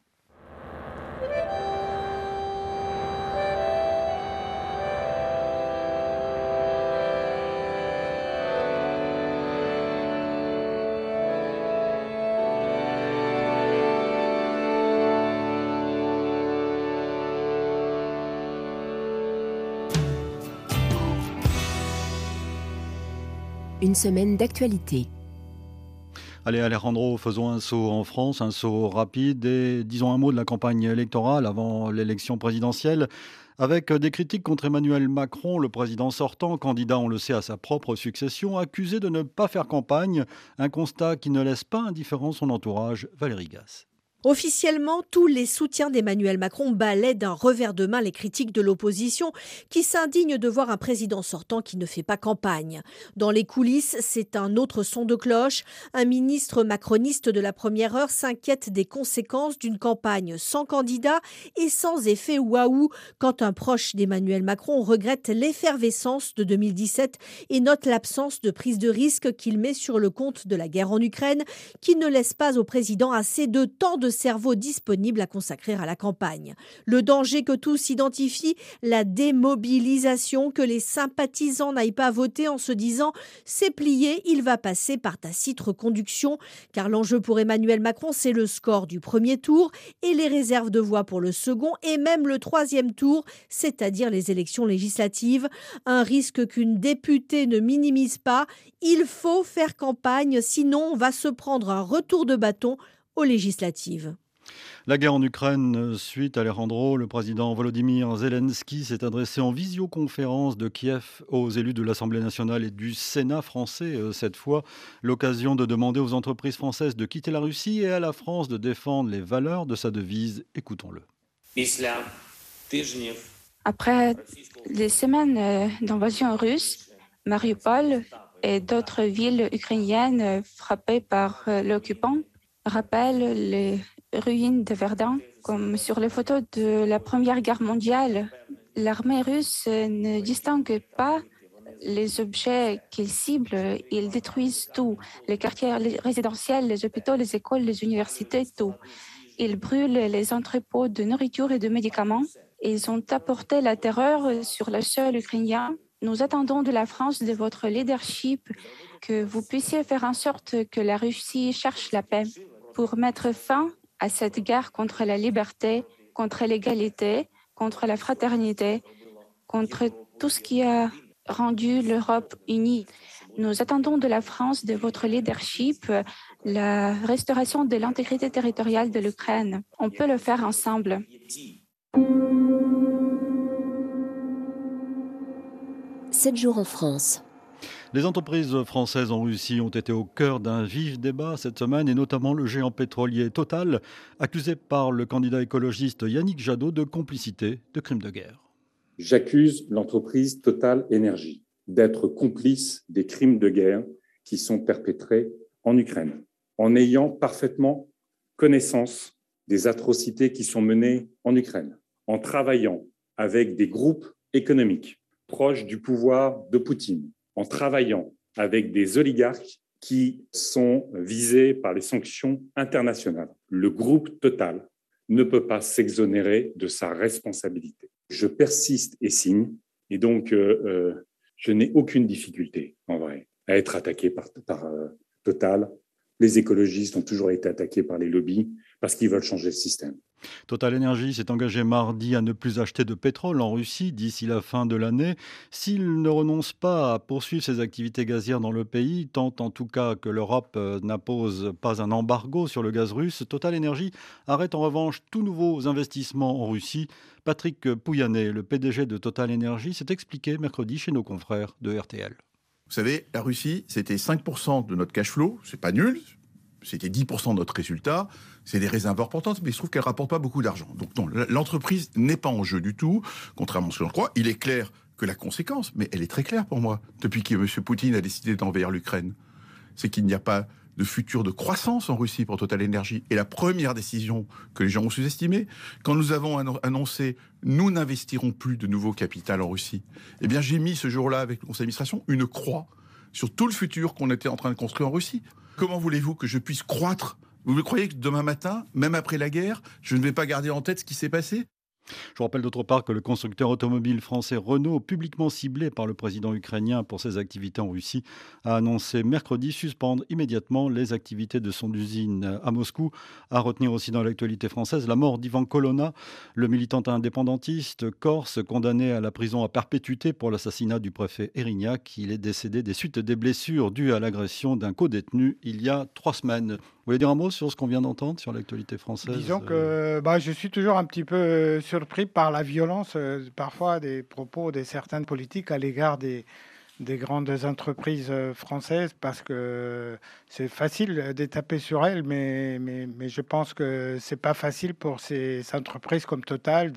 Une semaine d'actualité. Allez Alejandro, faisons un saut en France, un saut rapide et disons un mot de la campagne électorale avant l'élection présidentielle. Avec des critiques contre Emmanuel Macron, le président sortant, candidat, on le sait, à sa propre succession, accusé de ne pas faire campagne. Un constat qui ne laisse pas indifférent son entourage. Valérie Gasse. Officiellement, tous les soutiens d'Emmanuel Macron balaient d'un revers de main les critiques de l'opposition qui s'indigne de voir un président sortant qui ne fait pas campagne. Dans les coulisses, c'est un autre son de cloche. Un ministre macroniste de la première heure s'inquiète des conséquences d'une campagne sans candidat et sans effet waouh quand un proche d'Emmanuel Macron regrette l'effervescence de 2017 et note l'absence de prise de risque qu'il met sur le compte de la guerre en Ukraine qui ne laisse pas au président assez de temps de cerveau disponible à consacrer à la campagne. Le danger que tous identifient, la démobilisation, que les sympathisants n'aillent pas voter en se disant « c'est plié, il va passer par tacite reconduction », car l'enjeu pour Emmanuel Macron, c'est le score du premier tour et les réserves de voix pour le second et même le troisième tour, c'est-à-dire les élections législatives. Un risque qu'une députée ne minimise pas. Il faut faire campagne, sinon on va se prendre un retour de bâton aux législatives. La guerre en Ukraine, suite Alejandro, le président Volodymyr Zelensky s'est adressé en visioconférence de Kiev aux élus de l'Assemblée nationale et du Sénat français. Cette fois, l'occasion de demander aux entreprises françaises de quitter la Russie et à la France de défendre les valeurs de sa devise. Écoutons-le. Après des semaines d'invasion russe, Mariupol et d'autres villes ukrainiennes frappées par l'occupant rappellent les ruines de Verdun, comme sur les photos de la Première Guerre mondiale. L'armée russe ne distingue pas les objets qu'ils ciblent, ils détruisent tout, les quartiers résidentiels, les hôpitaux, les écoles, les universités, tout. Ils brûlent les entrepôts de nourriture et de médicaments. Ils ont apporté la terreur sur le sol ukrainien. Nous attendons de la France, de votre leadership, que vous puissiez faire en sorte que la Russie cherche la paix pour mettre fin à cette guerre contre la liberté, contre l'égalité, contre la fraternité, contre tout ce qui a rendu l'Europe unie. Nous attendons de la France, de votre leadership, la restauration de l'intégrité territoriale de l'Ukraine. On peut le faire ensemble. Sept jours en France. Les entreprises françaises en Russie ont été au cœur d'un vif débat cette semaine et notamment le géant pétrolier Total, accusé par le candidat écologiste Yannick Jadot de complicité de crimes de guerre. J'accuse l'entreprise Total Énergie d'être complice des crimes de guerre qui sont perpétrés en Ukraine, en ayant parfaitement connaissance des atrocités qui sont menées en Ukraine, en travaillant avec des groupes économiques proches du pouvoir de Poutine, en travaillant avec des oligarques qui sont visés par les sanctions internationales. Le groupe Total ne peut pas s'exonérer de sa responsabilité. Je persiste et signe, et donc je n'ai aucune difficulté, en vrai, à être attaqué par Total. Les écologistes ont toujours été attaqués par les lobbies parce qu'ils veulent changer le système. Total Energy s'est engagé mardi à ne plus acheter de pétrole en Russie d'ici la fin de l'année. S'il ne renonce pas à poursuivre ses activités gazières dans le pays, tant en tout cas que l'Europe n'impose pas un embargo sur le gaz russe, Total Energy arrête en revanche tous nouveaux investissements en Russie. Patrick Pouyanné, le PDG de Total Energy, s'est expliqué mercredi chez nos confrères de RTL. Vous savez, la Russie, c'était 5% de notre cash flow, c'est pas nul, c'était 10% de notre résultat, c'est des réserves importantes, mais il se trouve qu'elle ne rapporte pas beaucoup d'argent. Donc non, l'entreprise n'est pas en jeu du tout, contrairement à ce que l'on croit. Il est clair que la conséquence, mais elle est très claire pour moi, depuis que M. Poutine a décidé d'envahir l'Ukraine, c'est qu'il n'y a pas de futur de croissance en Russie pour Total Energy. Et la première décision que les gens ont sous-estimée, quand nous avons annoncé « nous n'investirons plus de nouveau capital en Russie », eh bien j'ai mis ce jour-là avec le conseil d'administration une croix sur tout le futur qu'on était en train de construire en Russie. Comment voulez-vous que je puisse croître ? Vous croyez que demain matin, même après la guerre, je ne vais pas garder en tête ce qui s'est passé ? Je vous rappelle d'autre part que le constructeur automobile français Renault, publiquement ciblé par le président ukrainien pour ses activités en Russie, a annoncé mercredi suspendre immédiatement les activités de son usine à Moscou. À retenir aussi dans l'actualité française la mort d'Ivan Colonna, le militant indépendantiste corse condamné à la prison à perpétuité pour l'assassinat du préfet Erignac. Il est décédé des suites des blessures dues à l'agression d'un codétenu il y a 3 semaines. Vous voulez dire un mot sur ce qu'on vient d'entendre sur l'actualité française ? Disons que je suis toujours un petit peu surpris par la violence parfois des propos de certaines politiques à l'égard des grandes entreprises françaises, parce que c'est facile de taper sur elles, mais je pense que c'est pas facile pour ces entreprises comme Total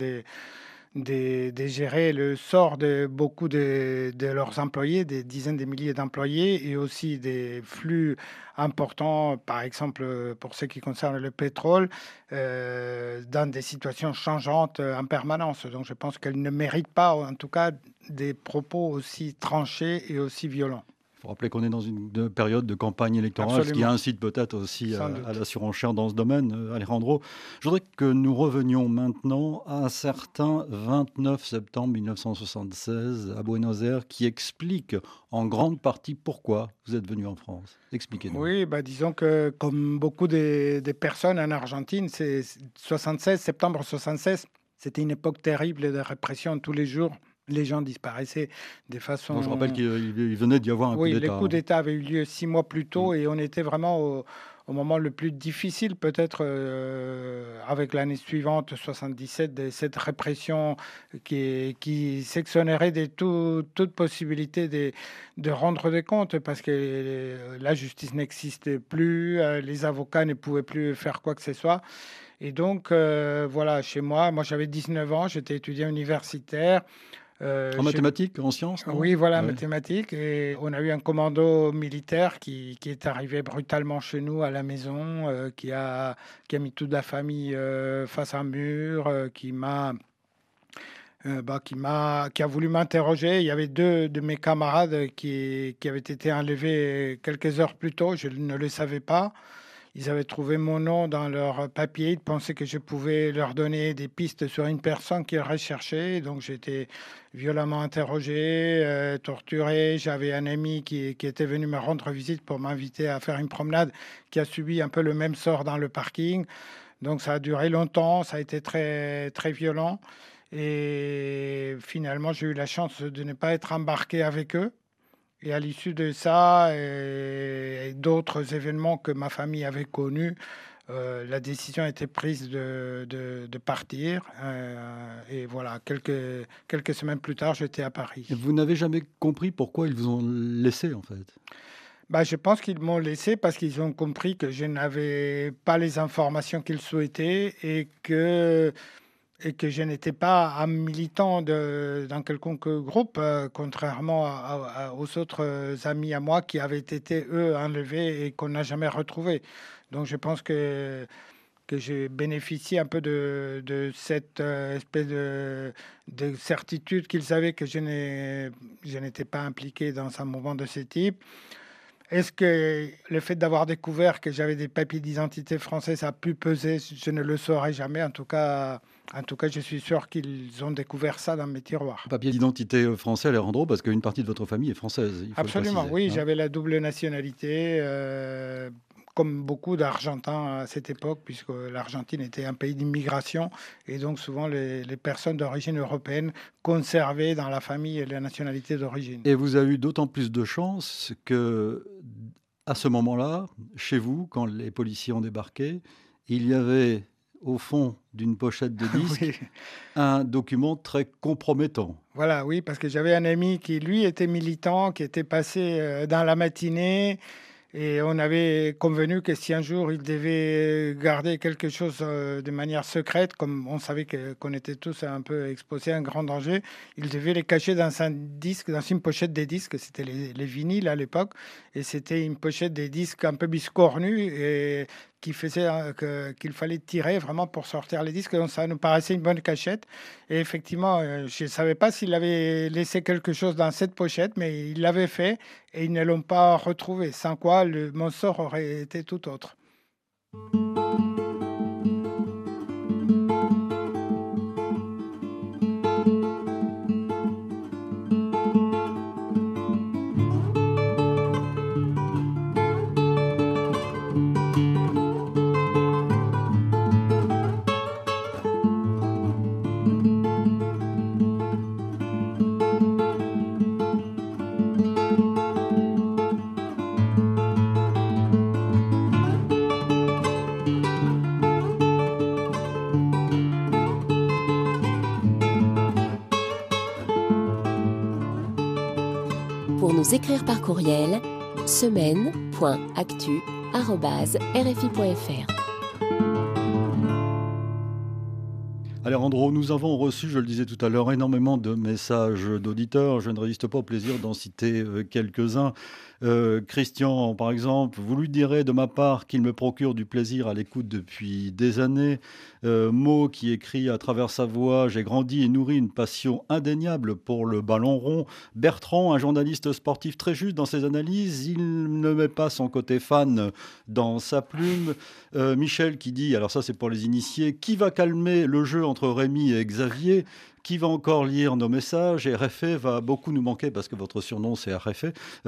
de gérer le sort de beaucoup de leurs employés, des dizaines de milliers d'employés, et aussi des flux importants, par exemple pour ce qui concerne le pétrole, dans des situations changeantes en permanence. Donc je pense qu'elle ne mérite pas, en tout cas, des propos aussi tranchés et aussi violents. Il faut rappeler qu'on est dans une période de campagne électorale, Absolument. Ce qui incite peut-être aussi à la surenchère dans ce domaine. Alejandro, je voudrais que nous revenions maintenant à un certain 29 septembre 1976 à Buenos Aires, qui explique en grande partie pourquoi vous êtes venu en France. Expliquez-nous. Oui, disons que comme beaucoup des personnes en Argentine, c'est septembre 76, c'était une époque terrible de répression tous les jours. Les gens disparaissaient de façon... Je rappelle qu'il venait d'y avoir un coup d'État. Oui, le coup d'État avait eu lieu 6 mois plus tôt et on était vraiment au moment le plus difficile, peut-être avec l'année suivante, 77, de cette répression qui s'exonérait de toute possibilité de rendre des comptes, parce que la justice n'existait plus, les avocats ne pouvaient plus faire quoi que ce soit. Et donc, voilà, chez moi j'avais 19 ans, j'étais étudiant universitaire. En mathématiques, en sciences, non? Oui, voilà, mathématiques. Et on a eu un commando militaire qui est arrivé brutalement chez nous à la maison, qui a mis toute la famille face à un mur, qui a voulu m'interroger. Il y avait 2 de mes camarades qui avaient été enlevés quelques heures plus tôt. Je ne le savais pas. Ils avaient trouvé mon nom dans leur papier. Ils pensaient que je pouvais leur donner des pistes sur une personne qu'ils recherchaient. Donc, j'ai été violemment interrogé, torturé. J'avais un ami qui était venu me rendre visite pour m'inviter à faire une promenade, qui a subi un peu le même sort dans le parking. Donc, ça a duré longtemps. Ça a été très, très violent. Et finalement, j'ai eu la chance de ne pas être embarqué avec eux. Et à l'issue de ça et d'autres événements que ma famille avait connus, la décision a été prise de partir. Et voilà, quelques semaines plus tard, j'étais à Paris. Et vous n'avez jamais compris pourquoi ils vous ont laissé, en fait? Je pense qu'ils m'ont laissé parce qu'ils ont compris que je n'avais pas les informations qu'ils souhaitaient et que je n'étais pas un militant d'un quelconque groupe, contrairement aux autres amis à moi qui avaient été, eux, enlevés et qu'on n'a jamais retrouvés. Donc je pense que j'ai bénéficié un peu de cette espèce de certitude qu'ils savaient que je n'étais pas impliqué dans un mouvement de ce type. Est-ce que le fait d'avoir découvert que j'avais des papiers d'identité français, ça a pu peser? Je ne le saurais jamais. En tout cas, je suis sûr qu'ils ont découvert ça dans mes tiroirs. Papier d'identité français, Alejandro, parce qu'une partie de votre famille est française. Absolument, oui. J'avais la double nationalité, comme beaucoup d'Argentins à cette époque, puisque l'Argentine était un pays d'immigration. Et donc, souvent, les personnes d'origine européenne conservaient dans la famille la nationalité d'origine. Et vous avez eu d'autant plus de chance que, à ce moment-là, chez vous, quand les policiers ont débarqué, il y avait au fond d'une pochette de disque un document très compromettant. Voilà, oui, parce que j'avais un ami qui, lui, était militant, qui était passé dans la matinée. Et on avait convenu que si un jour il devait garder quelque chose de manière secrète, comme on savait qu'on était tous un peu exposés à un grand danger, il devait les cacher dans un disque, dans une pochette des disques. C'était les vinyles à l'époque. Et c'était une pochette des disques un peu biscornue et qui faisait qu'il fallait tirer vraiment pour sortir les disques. Donc ça nous paraissait une bonne cachette. Et effectivement, je ne savais pas s'il avait laissé quelque chose dans cette pochette, mais il l'avait fait et ils ne l'ont pas retrouvé. Sans quoi, mon sort aurait été tout autre. Pour nous écrire par courriel, semaine.actu@rfi.fr. Alejandro, nous avons reçu, je le disais tout à l'heure, énormément de messages d'auditeurs. Je ne résiste pas au plaisir d'en citer quelques-uns. Christian, par exemple, vous lui direz de ma part qu'il me procure du plaisir à l'écoute depuis des années. Mo qui écrit à travers sa voix: j'ai grandi et nourri une passion indéniable pour le ballon rond. Bertrand, un journaliste sportif très juste dans ses analyses, il ne met pas son côté fan dans sa plume. Michel qui dit, alors ça c'est pour les initiés, qui va calmer le jeu entre Rémi et Xavier? Qui va encore lire nos messages? Et RFE va beaucoup nous manquer parce que votre surnom c'est RFE.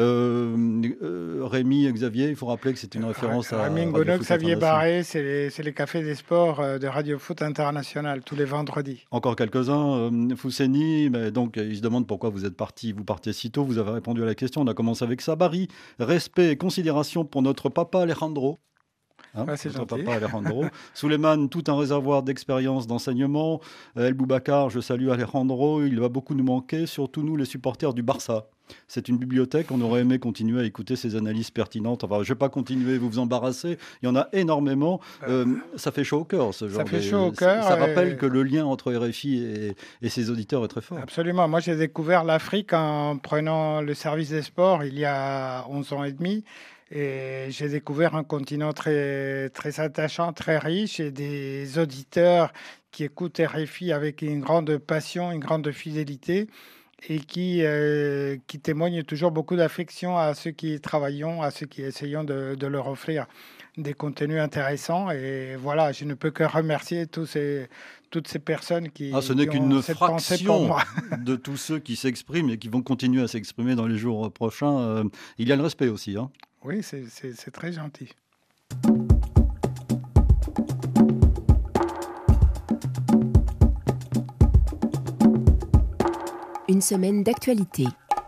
Rémi et Xavier, il faut rappeler que c'est une référence à Rémi Ngono, Xavier Barré, c'est les cafés des sports de Radio Foot International tous les vendredis. Encore quelques-uns. Fousseni, mais donc il se demande pourquoi vous êtes parti. Vous partiez si tôt, vous avez répondu à la question. On a commencé avec ça. Barry, respect et considération pour notre papa Alejandro. C'est gentil. Papa Alejandro. Souleymane, tout un réservoir d'expérience, d'enseignement. El Boubacar, je salue Alejandro. Il va beaucoup nous manquer, surtout nous, les supporters du Barça. C'est une bibliothèque. On aurait aimé continuer à écouter ces analyses pertinentes. Enfin, je ne vais pas continuer, vous embarrasser. Il y en a énormément. Ça fait chaud au cœur, ce genre. Ça fait chaud au cœur. Ça rappelle que le lien entre RFI et ses auditeurs est très fort. Absolument. Moi, j'ai découvert l'Afrique en prenant le service des sports il y a 11 ans et demi. Et j'ai découvert un continent très, très attachant, très riche et des auditeurs qui écoutent RFI avec une grande passion, une grande fidélité et qui témoignent toujours beaucoup d'affection à ceux qui travaillons, à ceux qui essayons de leur offrir des contenus intéressants. Et voilà, je ne peux que remercier toutes ces personnes qui ce n'est qu'une fraction moi. de tous ceux qui s'expriment et qui vont continuer à s'exprimer dans les jours prochains. Il y a le respect aussi. Oui, c'est très gentil. Une semaine d'actualité.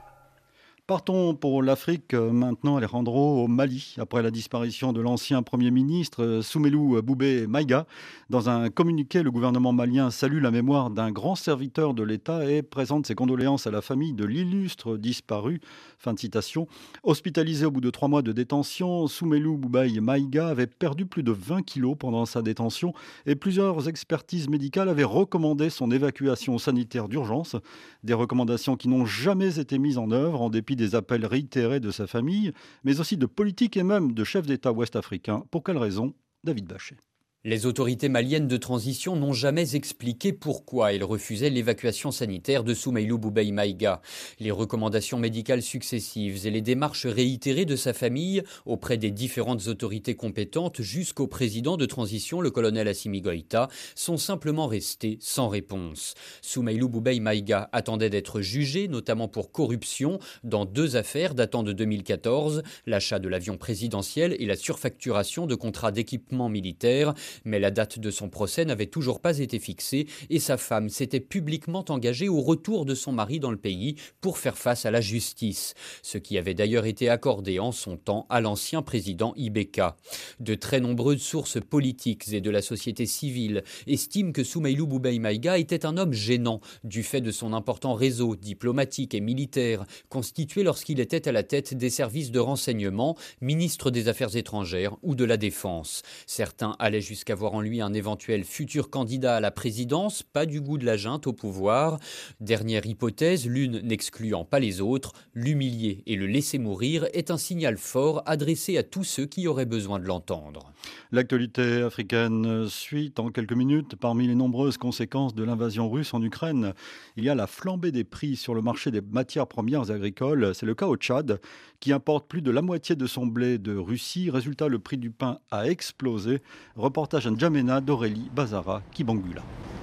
Partons pour l'Afrique maintenant, Alejandro, au Mali, après la disparition de l'ancien Premier ministre Soumeylou Boubèye Maïga. Dans un communiqué, le gouvernement malien salue la mémoire d'un grand serviteur de l'État et présente ses condoléances à la famille de l'illustre disparu. Fin de citation. Hospitalisé au bout de 3 mois de détention, Soumeylou Boubèye Maïga avait perdu plus de 20 kilos pendant sa détention et plusieurs expertises médicales avaient recommandé son évacuation sanitaire d'urgence. Des recommandations qui n'ont jamais été mises en œuvre en dépit des appels réitérés de sa famille, mais aussi de politiques et même de chefs d'État ouest-africains. Pour quelle raison ? David Bachet. Les autorités maliennes de transition n'ont jamais expliqué pourquoi elles refusaient l'évacuation sanitaire de Soumeylou Boubèye Maïga. Les recommandations médicales successives et les démarches réitérées de sa famille auprès des différentes autorités compétentes jusqu'au président de transition, le colonel Assimi Goïta, sont simplement restées sans réponse. Soumeylou Boubèye Maïga attendait d'être jugé, notamment pour corruption, dans 2 affaires datant de 2014, l'achat de l'avion présidentiel et la surfacturation de contrats d'équipement militaire. Mais la date de son procès n'avait toujours pas été fixée et sa femme s'était publiquement engagée au retour de son mari dans le pays pour faire face à la justice, ce qui avait d'ailleurs été accordé en son temps à l'ancien président Ibeka. De très nombreuses sources politiques et de la société civile estiment que Soumeylou Boubèye Maïga était un homme gênant du fait de son important réseau diplomatique et militaire constitué lorsqu'il était à la tête des services de renseignement, ministre des Affaires étrangères ou de la Défense. Certains allaient jusqu'à voir en lui un éventuel futur candidat à la présidence, pas du goût de la junte au pouvoir. Dernière hypothèse, l'une n'excluant pas les autres, l'humilier et le laisser mourir est un signal fort adressé à tous ceux qui auraient besoin de l'entendre. L'actualité africaine suit en quelques minutes. Parmi les nombreuses conséquences de l'invasion russe en Ukraine, il y a la flambée des prix sur le marché des matières premières agricoles. C'est le cas au Tchad, qui importe plus de la moitié de son blé de Russie. Résultat, le prix du pain a explosé. Reportage à N'Djamena d'Aurélie Bazara Kibangula.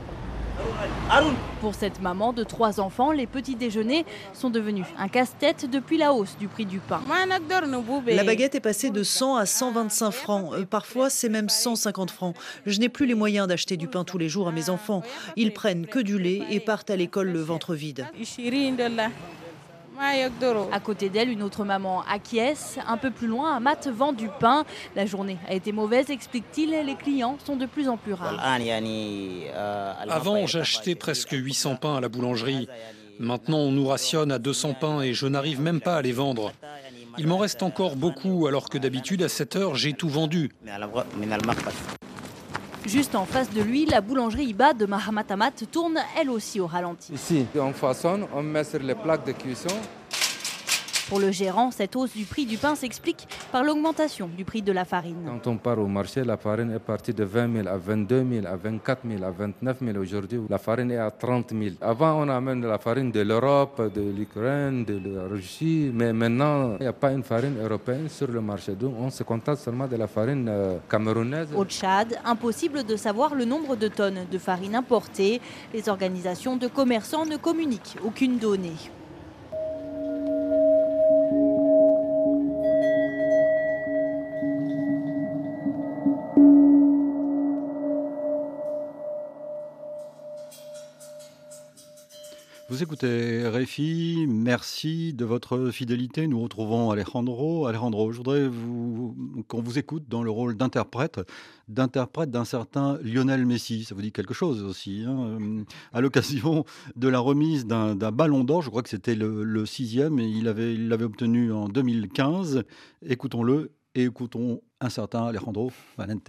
Pour cette maman de 3 enfants, les petits déjeuners sont devenus un casse-tête depuis la hausse du prix du pain. La baguette est passée de 100 à 125 francs. Parfois, c'est même 150 francs. Je n'ai plus les moyens d'acheter du pain tous les jours à mes enfants. Ils prennent que du lait et partent à l'école le ventre vide. À côté d'elle, une autre maman acquiesce. Un peu plus loin, Amat vend du pain. La journée a été mauvaise, explique-t-il. Les clients sont de plus en plus rares. Avant, j'achetais presque 800 pains à la boulangerie. Maintenant, on nous rationne à 200 pains et je n'arrive même pas à les vendre. Il m'en reste encore beaucoup, alors que d'habitude, à 7 heures, j'ai tout vendu. Juste en face de lui, la boulangerie Iba de Mahamat Amat tourne elle aussi au ralenti. Ici, on façonne, on met sur les plaques de cuisson. Pour le gérant, cette hausse du prix du pain s'explique par l'augmentation du prix de la farine. Quand on part au marché, la farine est partie de 20 000 à 22 000, à 24 000, à 29 000. Aujourd'hui, la farine est à 30 000. Avant, on amène la farine de l'Europe, de l'Ukraine, de la Russie. Mais maintenant, il n'y a pas une farine européenne sur le marché. Donc, on se contente seulement de la farine camerounaise. Au Tchad, impossible de savoir le nombre de tonnes de farine importée. Les organisations de commerçants ne communiquent aucune donnée. Vous écoutez RFI, merci de votre fidélité. Nous retrouvons Alejandro. Alejandro, je voudrais qu'on vous écoute dans le rôle d'interprète d'un certain Lionel Messi. Ça vous dit quelque chose aussi, hein, à l'occasion de la remise d'un ballon d'or, je crois que c'était le 6e, et il l'avait obtenu en 2015. Écoutons-le et écoutons un certain Alejandro Valente.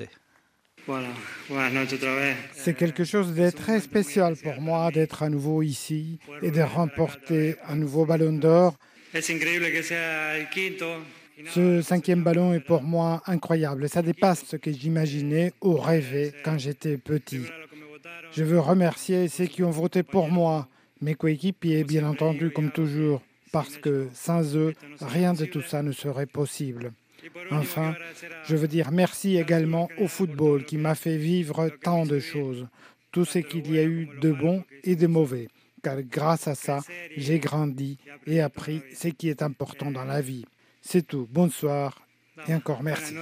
C'est quelque chose de très spécial pour moi d'être à nouveau ici et de remporter un nouveau ballon d'or. Ce 5e ballon est pour moi incroyable. Ça dépasse ce que j'imaginais ou rêvais quand j'étais petit. Je veux remercier ceux qui ont voté pour moi, mes coéquipiers bien entendu comme toujours, parce que sans eux, rien de tout ça ne serait possible. Enfin, je veux dire merci également au football qui m'a fait vivre tant de choses, tout ce qu'il y a eu de bon et de mauvais, car grâce à ça, j'ai grandi et appris ce qui est important dans la vie. C'est tout. Bonsoir et encore merci.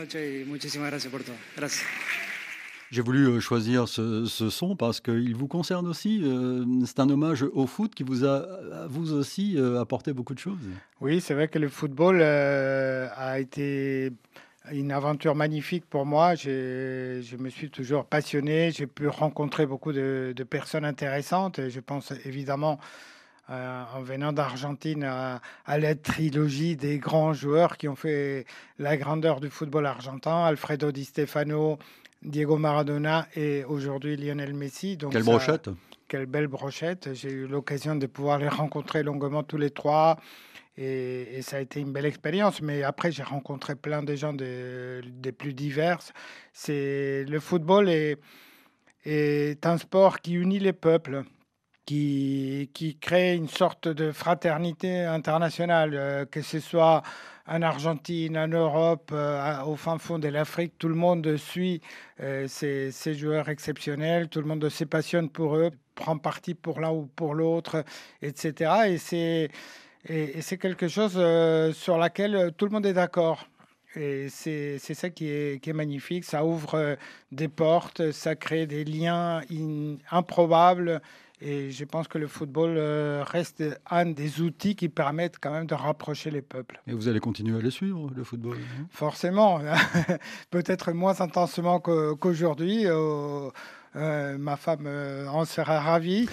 J'ai voulu choisir ce son parce qu'il vous concerne aussi. C'est un hommage au foot qui vous a, vous aussi, apporté beaucoup de choses. Oui, c'est vrai que le football a été une aventure magnifique pour moi. Je me suis toujours passionné. J'ai pu rencontrer beaucoup de personnes intéressantes. Je pense évidemment, en venant d'Argentine, à la trilogie des grands joueurs qui ont fait la grandeur du football argentin. Alfredo Di Stefano, Diego Maradona et aujourd'hui Lionel Messi. Donc quelle brochette! Quelle belle brochette. J'ai eu l'occasion de pouvoir les rencontrer longuement tous les trois et ça a été une belle expérience. Mais après, j'ai rencontré plein de gens des plus divers. Le football est un sport qui unit les peuples, qui crée une sorte de fraternité internationale, que ce soit en Argentine, en Europe, au fin fond de l'Afrique, tout le monde suit ces joueurs exceptionnels, tout le monde se passionne pour eux, prend parti pour l'un ou pour l'autre, etc. Et c'est quelque chose sur laquelle tout le monde est d'accord. Et c'est ça qui est magnifique. Ça ouvre des portes, ça crée des liens improbables. Et je pense que le football reste un des outils qui permettent quand même de rapprocher les peuples. Et vous allez continuer à le suivre, le football, hein ? Forcément. Peut-être moins intensement qu'aujourd'hui. Ma femme en sera ravie.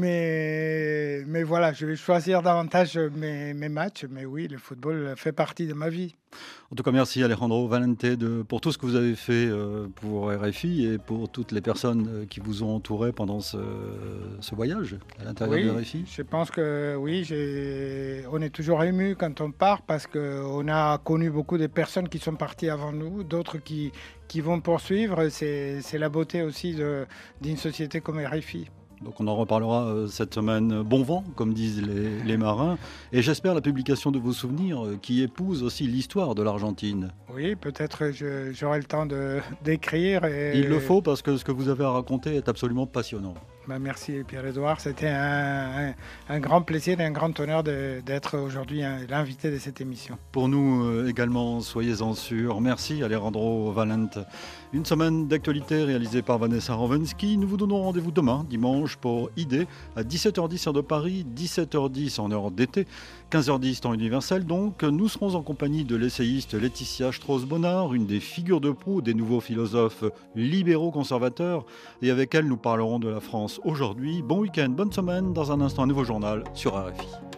Mais voilà, je vais choisir davantage mes matchs. Mais oui, le football fait partie de ma vie. En tout cas, merci Alejandro Valente pour tout ce que vous avez fait pour RFI et pour toutes les personnes qui vous ont entouré pendant ce voyage à l'intérieur de RFI. Je pense que oui, on est toujours ému quand on part parce qu'on a connu beaucoup de personnes qui sont parties avant nous, d'autres qui vont poursuivre. C'est la beauté aussi d'une société comme RFI. Donc on en reparlera cette semaine. Bon vent, comme disent les marins. Et j'espère la publication de vos souvenirs qui épousent aussi l'histoire de l'Argentine. Oui, peut-être j'aurai le temps d'écrire. Il le faut parce que ce que vous avez à raconter est absolument passionnant. Merci Pierre-Édouard. C'était un grand plaisir et un grand honneur d'être aujourd'hui l'invité de cette émission. Pour nous également, soyez-en sûrs. Merci Alejandro Valente. Une semaine d'actualité réalisée par Vanessa Rovensky. Nous vous donnons rendez-vous demain, dimanche, pour Idée, à 17h10 heure de Paris, 17h10 en heure d'été, 15h10 temps universel. Donc, nous serons en compagnie de l'essayiste Laetitia Strauss-Bonnard, une des figures de proue des nouveaux philosophes libéraux conservateurs. Et avec elle, nous parlerons de la France aujourd'hui. Bon week-end, bonne semaine. Dans un instant, un nouveau journal sur RFI.